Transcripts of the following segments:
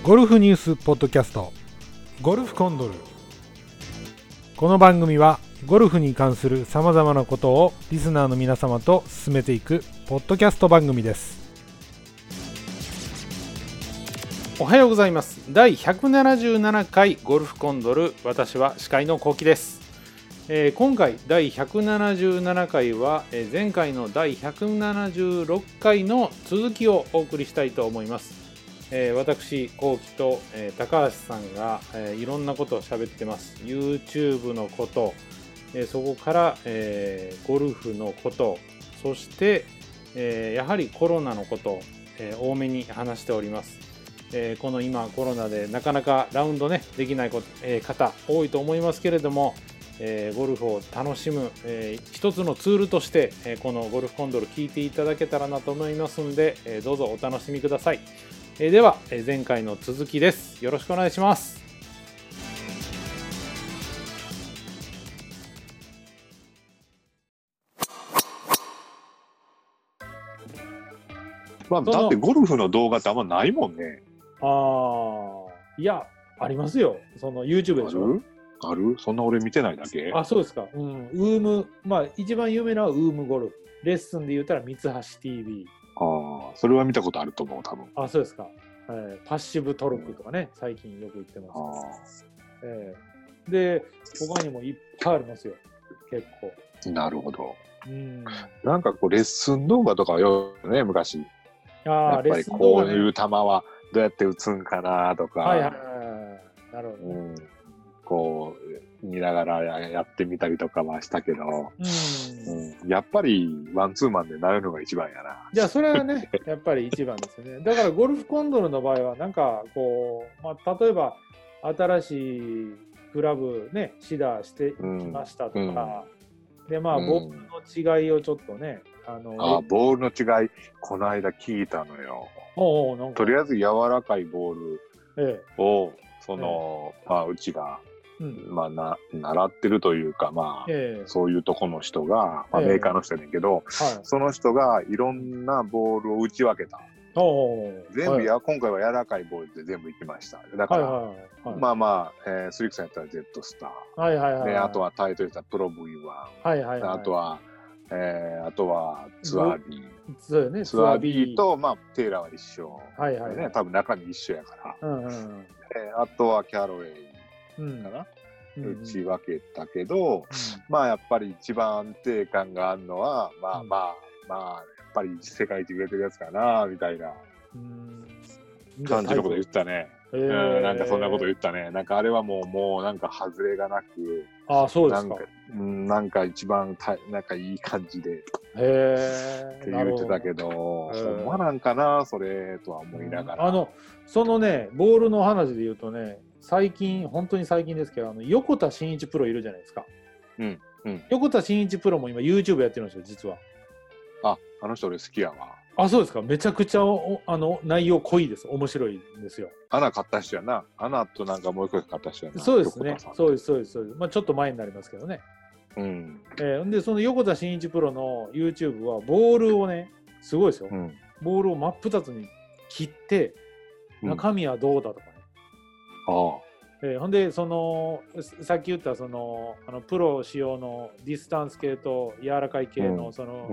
ゴルフニュースポッドキャストゴルフコンドル。この番組はゴルフに関するさまざまなことをリスナーの皆様と進めていくポッドキャスト番組です。おはようございます。第177回ゴルフコンドル、私は司会のこうきです。今回第177回は前回の第176回の続きをお送りしたいと思います。私こうきと高橋さんがいろんなことを喋ってます。 YouTube のこと、そこからゴルフのこと、そしてやはりコロナのことを多めに話しております。この今コロナでなかなかラウンドねできない方多いと思いますけれども、ゴルフを楽しむ一つのツールとしてこのゴルフコンドル聞いていただけたらなと思いますんで、どうぞお楽しみください。では前回の続きです。よろしくお願いします。 まあ、だってゴルフの動画ってあんまないもんね。 いやありますよ。その YouTube でしょ。 あるそんな俺見てないだけ。 そうですか。ウーム、まあ一番有名なのはウームゴルフ。レッスンで言ったら三橋 TV。 それは見たことあると思う、多分。 そうですか。パッシブトルクとかね、最近よく言ってます。で、他にもいっぱいありますよ。結構。 なるほど。なんかこうレッスン動画とかよね、昔。やっぱりこういう球はどうやって打つんかなとか。 なるほど。 こう見ながらやってみたりとかはしたけど、やっぱりワンツーマンでなるのが一番やな。 じゃあそれはねやっぱり一番ですよね。だからゴルフコンドルの場合はなんかこう、例えば新しいクラブねシダーしてきましたとか、でボールの違いをちょっとねボールの違いこの間聞いたのよ。とりあえず柔らかいボールを、うちが習ってるというか、そういうとこの人が、メーカーの人やねんけど、その人がいろんなボールを打ち分けた。全部今回は柔らかいボールで全部いきました。だから、スリックさんやったらジェットスター、あとはタイトルしたプロ V1、あとはツアー B、ツアー B と、テイラーは一緒、多分中身一緒やから、あとはキャロウェイかな、打ち分けたけど、やっぱり一番安定感があるのはやっぱり世界一売れてるやつかなみたいな感じのこと言ったね。なんかそんなこと言ったね。なんかあれはもうなんか外れがなく、 そうですか。 なんか一番なんかいい感じでって言ってたけど、ほんまなんかなそれとは思いながら。 そのねボールの話で言うとね、本当に最近ですけど横田真一プロいるじゃないですか。横田真一プロも今 YouTube やってるんですよ実は。 あの人俺好きやわ。 そうですか。めちゃくちゃ内容濃いです。面白いんですよ。 アナ買った人やな。アナとなんかもう一個買った人やな。 そうですね。そうです。ちょっと前になりますけどね。でその横田真一プロの YouTube はボールをねすごいですよ。ボールを真っ二つに切って中身はどうだとかね。ほんでさっき言ったプロ仕様のディスタンス系と柔らかい系の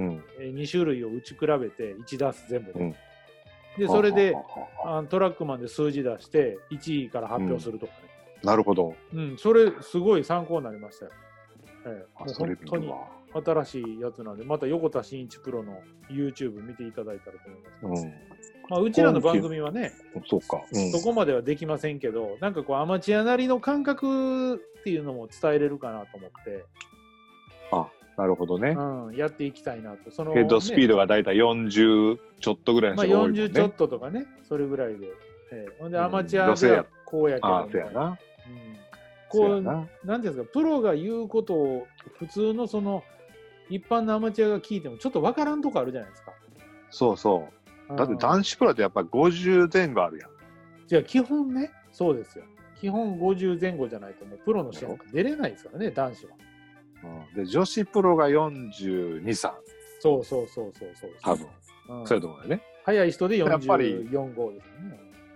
2種類を打ち比べて1打数全部で、それでトラックマンで数字出して1位から発表するとかね。 なるほど。 それすごい参考になりましたよ。もう本当に新しいやつなんで、また横田真一プロの YouTube 見ていただいたらと思います。うちらの番組はね、そこまではできませんけど、なんかこうアマチュアなりの感覚っていうのも伝えれるかなと思って。 なるほどね。 やっていきたいなと。 ヘッドスピードがだいたい40ちょっとぐらいの人が多いもんね。 40ちょっととかね、それぐらいで。ほんでアマチュアではこうやけど、 そうやな。 なんていうんですか、プロが言うことを普通の一般のアマチュアが聞いてもちょっとわからんとこあるじゃないですか。 そう。だって男子プロってやっぱり50前後あるやん。 じゃあ基本ね、そうですよ。基本50前後じゃないともうプロの試合出れないですからね、男子は。 で女子プロが42、3。 そう。 多分。そういうところだよね。 早い人で44、5ですよね。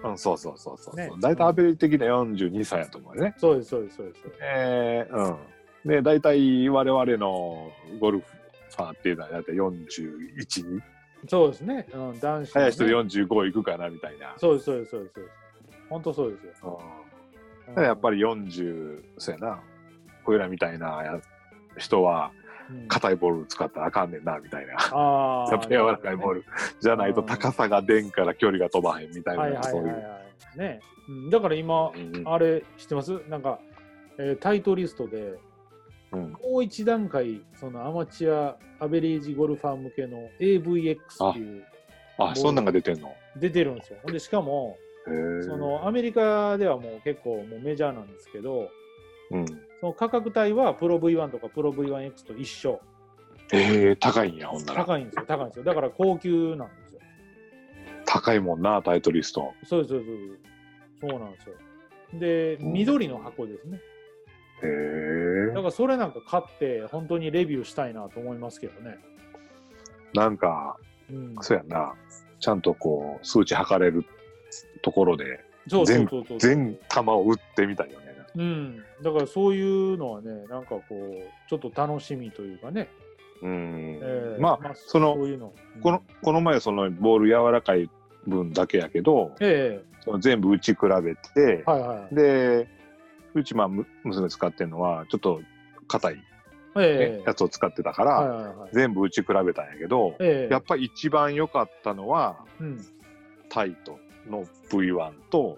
うん、そうそうそうそう。ね、大体アベレージ的には42歳やと思うね。 そうです、そうです、そうです。 うん。で、大体我々のゴルファーっていうのは大体41に。 そうですね。うん、男子、ね。 早い人で45いくかなみたいな。 そうです、そうです、そうです。本当そうですよ。 やっぱり40、そうやな。こういうらみたいな人は、硬いボール使ったらあかんねんな、みたいな。やっぱ柔らかいボール。じゃないと高さが出んから距離が飛ばへんみたいな、そういう。 ね。だから今、あれ知ってます？なんか、タイトリストで、もう一段階、そのアマチュアアベレージゴルファー向けの AVX っていう。 そんなんが出てんの？ 出てるんですよ。で、しかも、そのアメリカではもう結構もうメジャーなんですけど、その価格帯はプロ V1 とかプロ V1X と一緒。 高いんや、ほんなら。 高いんですよ、高いんですよ。だから高級なんですよ。 高いもんな、タイトリスト。 そうです、そうなんですよ。で、緑の箱ですね。だからそれなんか買って本当にレビューしたいなと思いますけどね。 なんか、そうやな。ちゃんとこう、数値測れるところで、全球を打ってみたいよね。 だからそういうのはね、なんかこう、ちょっと楽しみというかね。 まあ、そういうの、この前そのボール柔らかい分だけやけど、その全部打ち比べて、で、うち娘使ってるのはちょっと硬い、やつを使ってたから、全部打ち比べたんやけど、やっぱり一番良かったのは、タイトの V1 と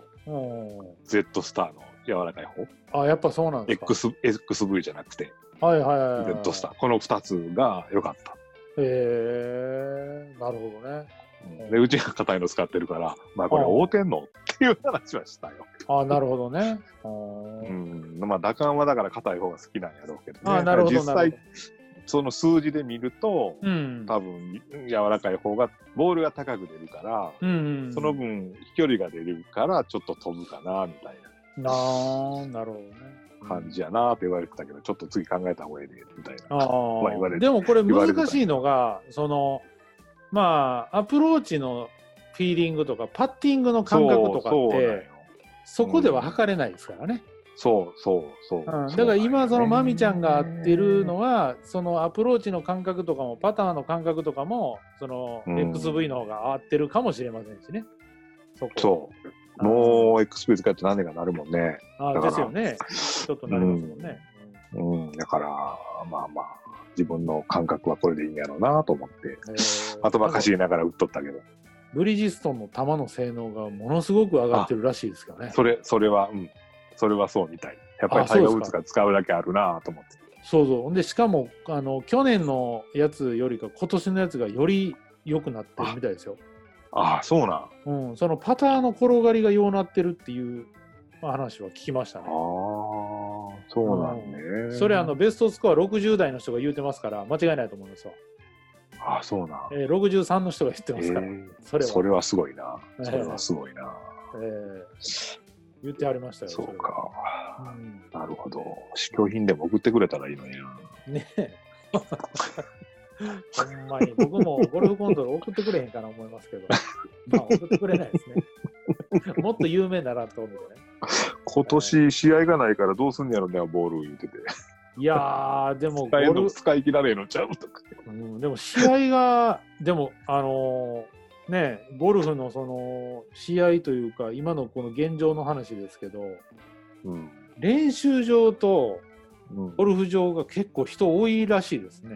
Z スターの柔らかい方。 やっぱそうなんですか。 XV じゃなくて。Z スター。この2つが良かった。 なるほどね。 で、うちが硬いの使ってるから、これ合うてんのっていう話はしたよ。 なるほどね。 打感はだから硬い方が好きなんやろうけどね。 なるほど。 実際、その数字で見ると、多分柔らかい方がボールが高く出るから、その分飛距離が出るからちょっと飛ぶかなみたいな。 なるほどね。 感じやなって言われてたけど、ちょっと次考えた方がいいねみたいな。 でもこれ難しいのが、そのアプローチのフィーリングとかパッティングの感覚とかってそこでは測れないですからね。だから今そのマミちゃんが合ってるのは、そのアプローチの感覚とかもパターの感覚とかもその XV の方が合ってるかもしれませんしね。 もう XV 使って何年かなるもんね。 ですよね。ちょっとなりますもんね。 だから自分の感覚はこれでいいんやろうなと思って頭かしげながら打っとったけど、 ブリヂストンの球の性能がものすごく上がってるらしいですからね。 それはそうみたい。やっぱりタイガー・ウッズが使うだけあるなと思って。 そうでしかも去年のやつよりか今年のやつがより良くなってるみたいですよ。 そうなん。 そのパターの転がりがようなってるっていう話は聞きましたね。 そうなんね。 それベストスコア60代の人が言うてますから間違いないと思いますわ。 そうなん。 63の人が言ってますから。 それはすごいな。それはすごいな。 言ってありましたよ。 そうか。なるほど。試供品でも送ってくれたらいいのにな。 ねえ。ほんまに僕もゴルフコントロール送ってくれへんかな思いますけど、送ってくれないですね。もっと有名ならと思ってね。 今年試合がないからどうすんねやろね、ボール言ってて。 いやー、でも使い切られるのちゃうとか。 でも試合が、でもゴルフのその試合というか今のこの現状の話ですけど、練習場とゴルフ場が結構人多いらしいですね。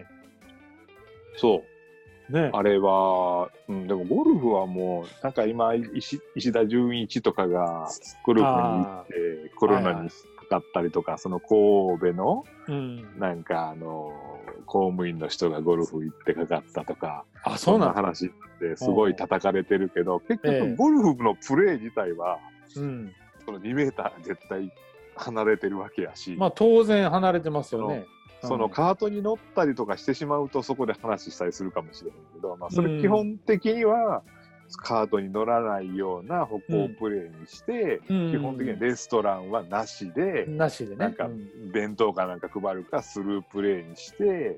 あれは、でもゴルフはもうなんか今石田純一とかがゴルフに行ってコロナにかかったりとか、その神戸のなんか公務員の人がゴルフ行ってかかったとか、そんな話ですごい叩かれてるけど、結局ゴルフのプレー自体はその2メーター絶対離れてるわけやし、 当然離れてますよね。 そのカートに乗ったりとかしてしまうとそこで話したりするかもしれないけど、それ基本的にはカートに乗らないような歩行プレイにして、基本的にレストランはなしで、なんか弁当かなんか配るかスループレイにして、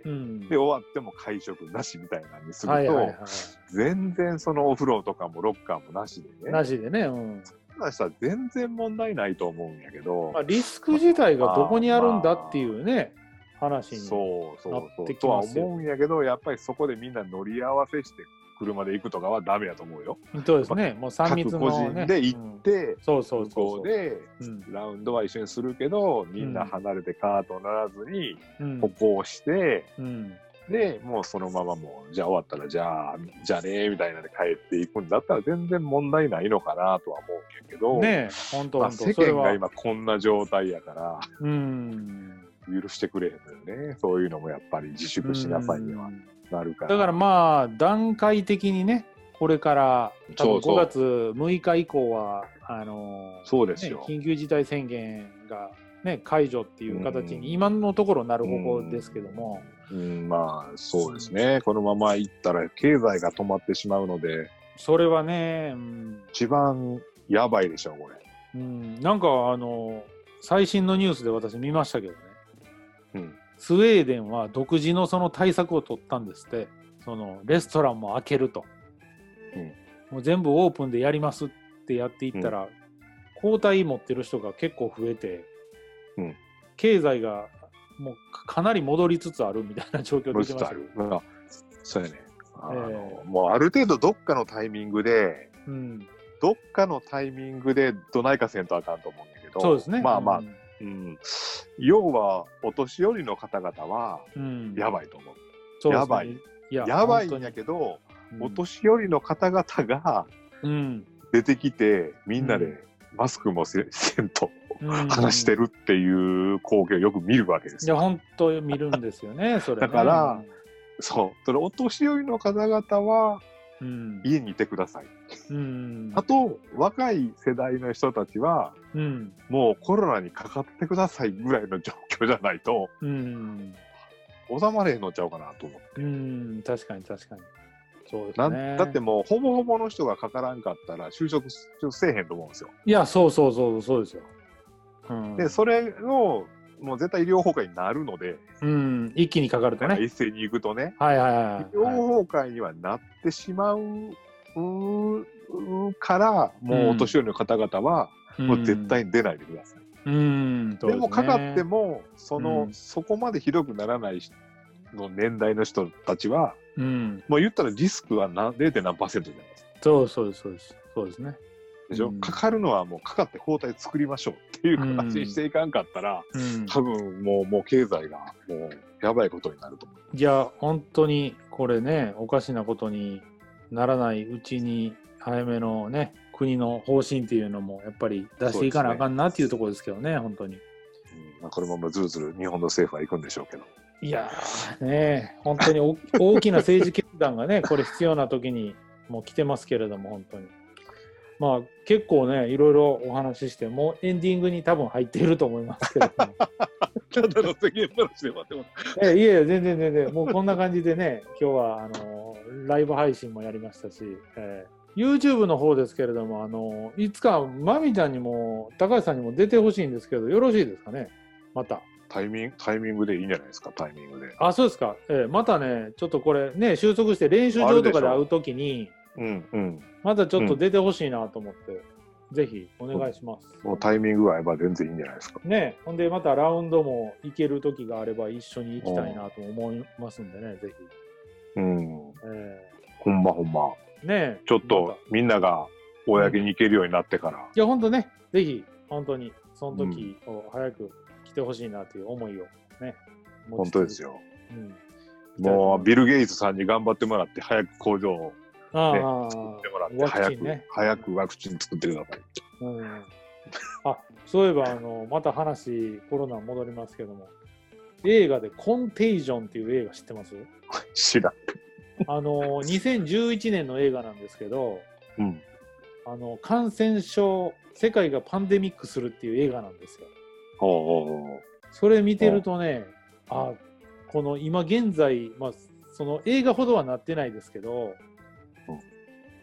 で終わっても会食なしみたいなにすると、全然そのお風呂とかもロッカーもなしでね。そんなしたら全然問題ないと思うんやけど、 リスク自体がどこにあるんだっていうね、話になってきますよ。 とは思うんやけど、やっぱりそこでみんな乗り合わせして車で行くとかはダメやと思うよ。 そうですね。もう3密の、ね、 各個人で行って、向こうでラウンドは一緒にするけど、みんな離れてカート乗らずに歩行して、でもうそのままもうじゃあ終わったらじゃあねみたいなで帰っていくんだったら全然問題ないのかなとは思うんやけど、 ね、本当世間が今こんな状態やから、許してくれへんのよね。そういうのもやっぱり自粛しなさいにはなるから。 だからまあ段階的にね、これから多分5月6日以降はそうですよ、 緊急事態宣言がね解除っていう形に今のところなる方向ですけども、 まあそうですね。このままいったら経済が止まってしまうので、 それはね、 一番やばいでしょこれ。 なんか最新のニュースで私見ましたけどね。スウェーデンは独自のその対策を取ったんですって。そのレストランも開けると、もう全部オープンでやりますってやっていったら、抗体持ってる人が結構増えて、経済がもうかなり戻りつつあるみたいな状況で出てますよ。 そうやね。もうある程度どっかのタイミングで、どっかのタイミングでどないかせんとあかんと思うんだけど、 そうですね。 まあまあ。要はお年寄りの方々はやばいと思う。やばいんやけど、お年寄りの方々が出てきて、みんなでマスクもせんと話してるっていう光景をよく見るわけですよ。 いや本当見るんですよね。それね。 だからそれお年寄りの方々は家にいてください。あと若い世代の人たちは、もうコロナにかかってくださいぐらいの状況じゃないと、収まれへんのちゃうかなと思って。 確かにそうですね。 だってもうほぼほぼの人がかからんかったら就職せえへんと思うんですよ。 いやそうですよ。 でそれをもう絶対医療崩壊になるので、 一気にかかるとね、 一斉に行くとね、 医療崩壊にはなってしまうから、もうお年寄りの方々はもう絶対に出ないでください。でもかかってもそこまでひどくならないの年代の人たちは、もう言ったらリスクは 0. 何%じゃないですか。 そうですね。 でしょ、かかるのはもうかかって抗体作りましょうっていう形にしていかんかったら、多分もう経済がもうやばいことになると思う。 いや本当にこれね、おかしなことにならないうちに早めのね国の方針っていうのもやっぱり出していかなあかんなっていうところですけどね、本当に。 このままずるずる日本の政府は行くんでしょうけど。 いやーね、本当に大きな政治決断がねこれ必要な時にもう来てますけれども、本当に。まあ結構ねいろいろお話ししてもうエンディングに多分入っていると思いますけどもただの世間話で待ってます。 いや全然もうこんな感じでね今日はライブ配信もやりましたし、YouTube の方ですけれどもいつかまみちゃんにも高橋さんにも出てほしいんですけどよろしいですかね。またタイミングでいいんじゃないですか。タイミングで。 そうですか。またねちょっとこれね収束して練習場とかで会うときにまたちょっと出てほしいなと思って、ぜひお願いします。 もうタイミングが合えば全然いいんじゃないですか。 ね、ほんでまたラウンドも行ける時があれば一緒に行きたいなと思いますんでね、ぜひ。 ほんま。 ね、 ちょっとみんなが公に行けるようになってから。 いやほんとね、ぜひ本当にその時を早く来てほしいなという思いをね。 本当ですよ。もうビル・ゲイツさんに頑張ってもらって早く工場を作ってもらって早くワクチン作ってください。 そういえばまた話コロナ戻りますけども、映画でコンテージョンっていう映画知ってます？ 知らん。 2011年の映画なんですけど、感染症世界がパンデミックするっていう映画なんですよ。それ見てるとね、この今現在、その映画ほどはなってないですけど、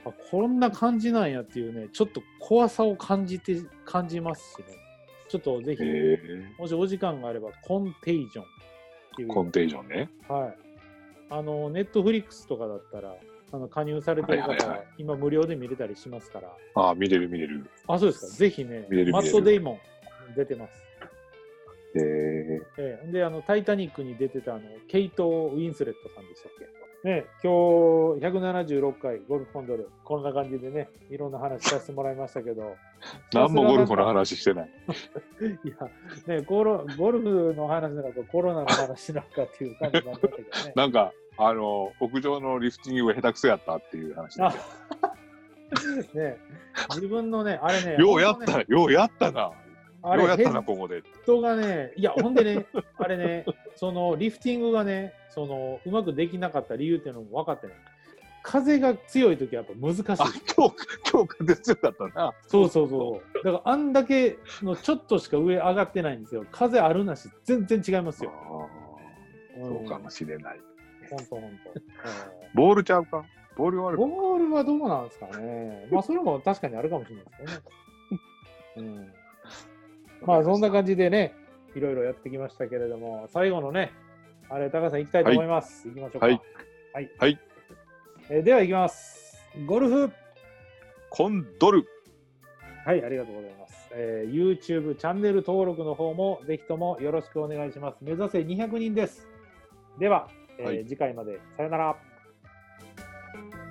こんな感じなんやっていうね、ちょっと怖さを感じますしね。ちょっとぜひ、もしお時間があれば、コンテイジョンっていう。 コンテイジョンね。 はい。ネットフリックスとかだったら、加入されてる方は今無料で見れたりしますから。 ああ、見れる。 あ、そうですか。ぜひね、マット・デイモン出てます。で、タイタニックに出てたケイト・ウィンスレットさんでしたっけね、今日176回ゴルフコンドル、こんな感じでね、いろんな話させてもらいましたけど。 何もゴルフの話してない。 いや、ね、ゴルフの話なのかコロナの話なのかっていう感じになったけどね。 なんか、屋上のリフティングが下手くそやったっていう話ですよ。 ね、自分のね、あれね。 ようやったな。ようやったな、ここで。 人がね、いや、ほんでね、あれね、リフティングがね、うまくできなかった理由っていうのも分かってね、風が強いときはやっぱ難しい。 今日風強かったな。 そう。だからあんだけのちょっとしか上上がってないんですよ。風あるなし、全然違いますよ。 そうかもしれない。 ほんと。 ボールちゃうか？ボールはどうなんですかね。まあ、それも確かにあるかもしれないですけどね。まあ、そんな感じでね、いろいろやってきましたけれども、最後のね、あれ、高橋さん行きたいと思います。行きましょうか。はい。では行きます。ゴルフコンドル。 はい、ありがとうございます。YouTube チャンネル登録の方もぜひともよろしくお願いします。目指せ200人です。では、次回までさよなら。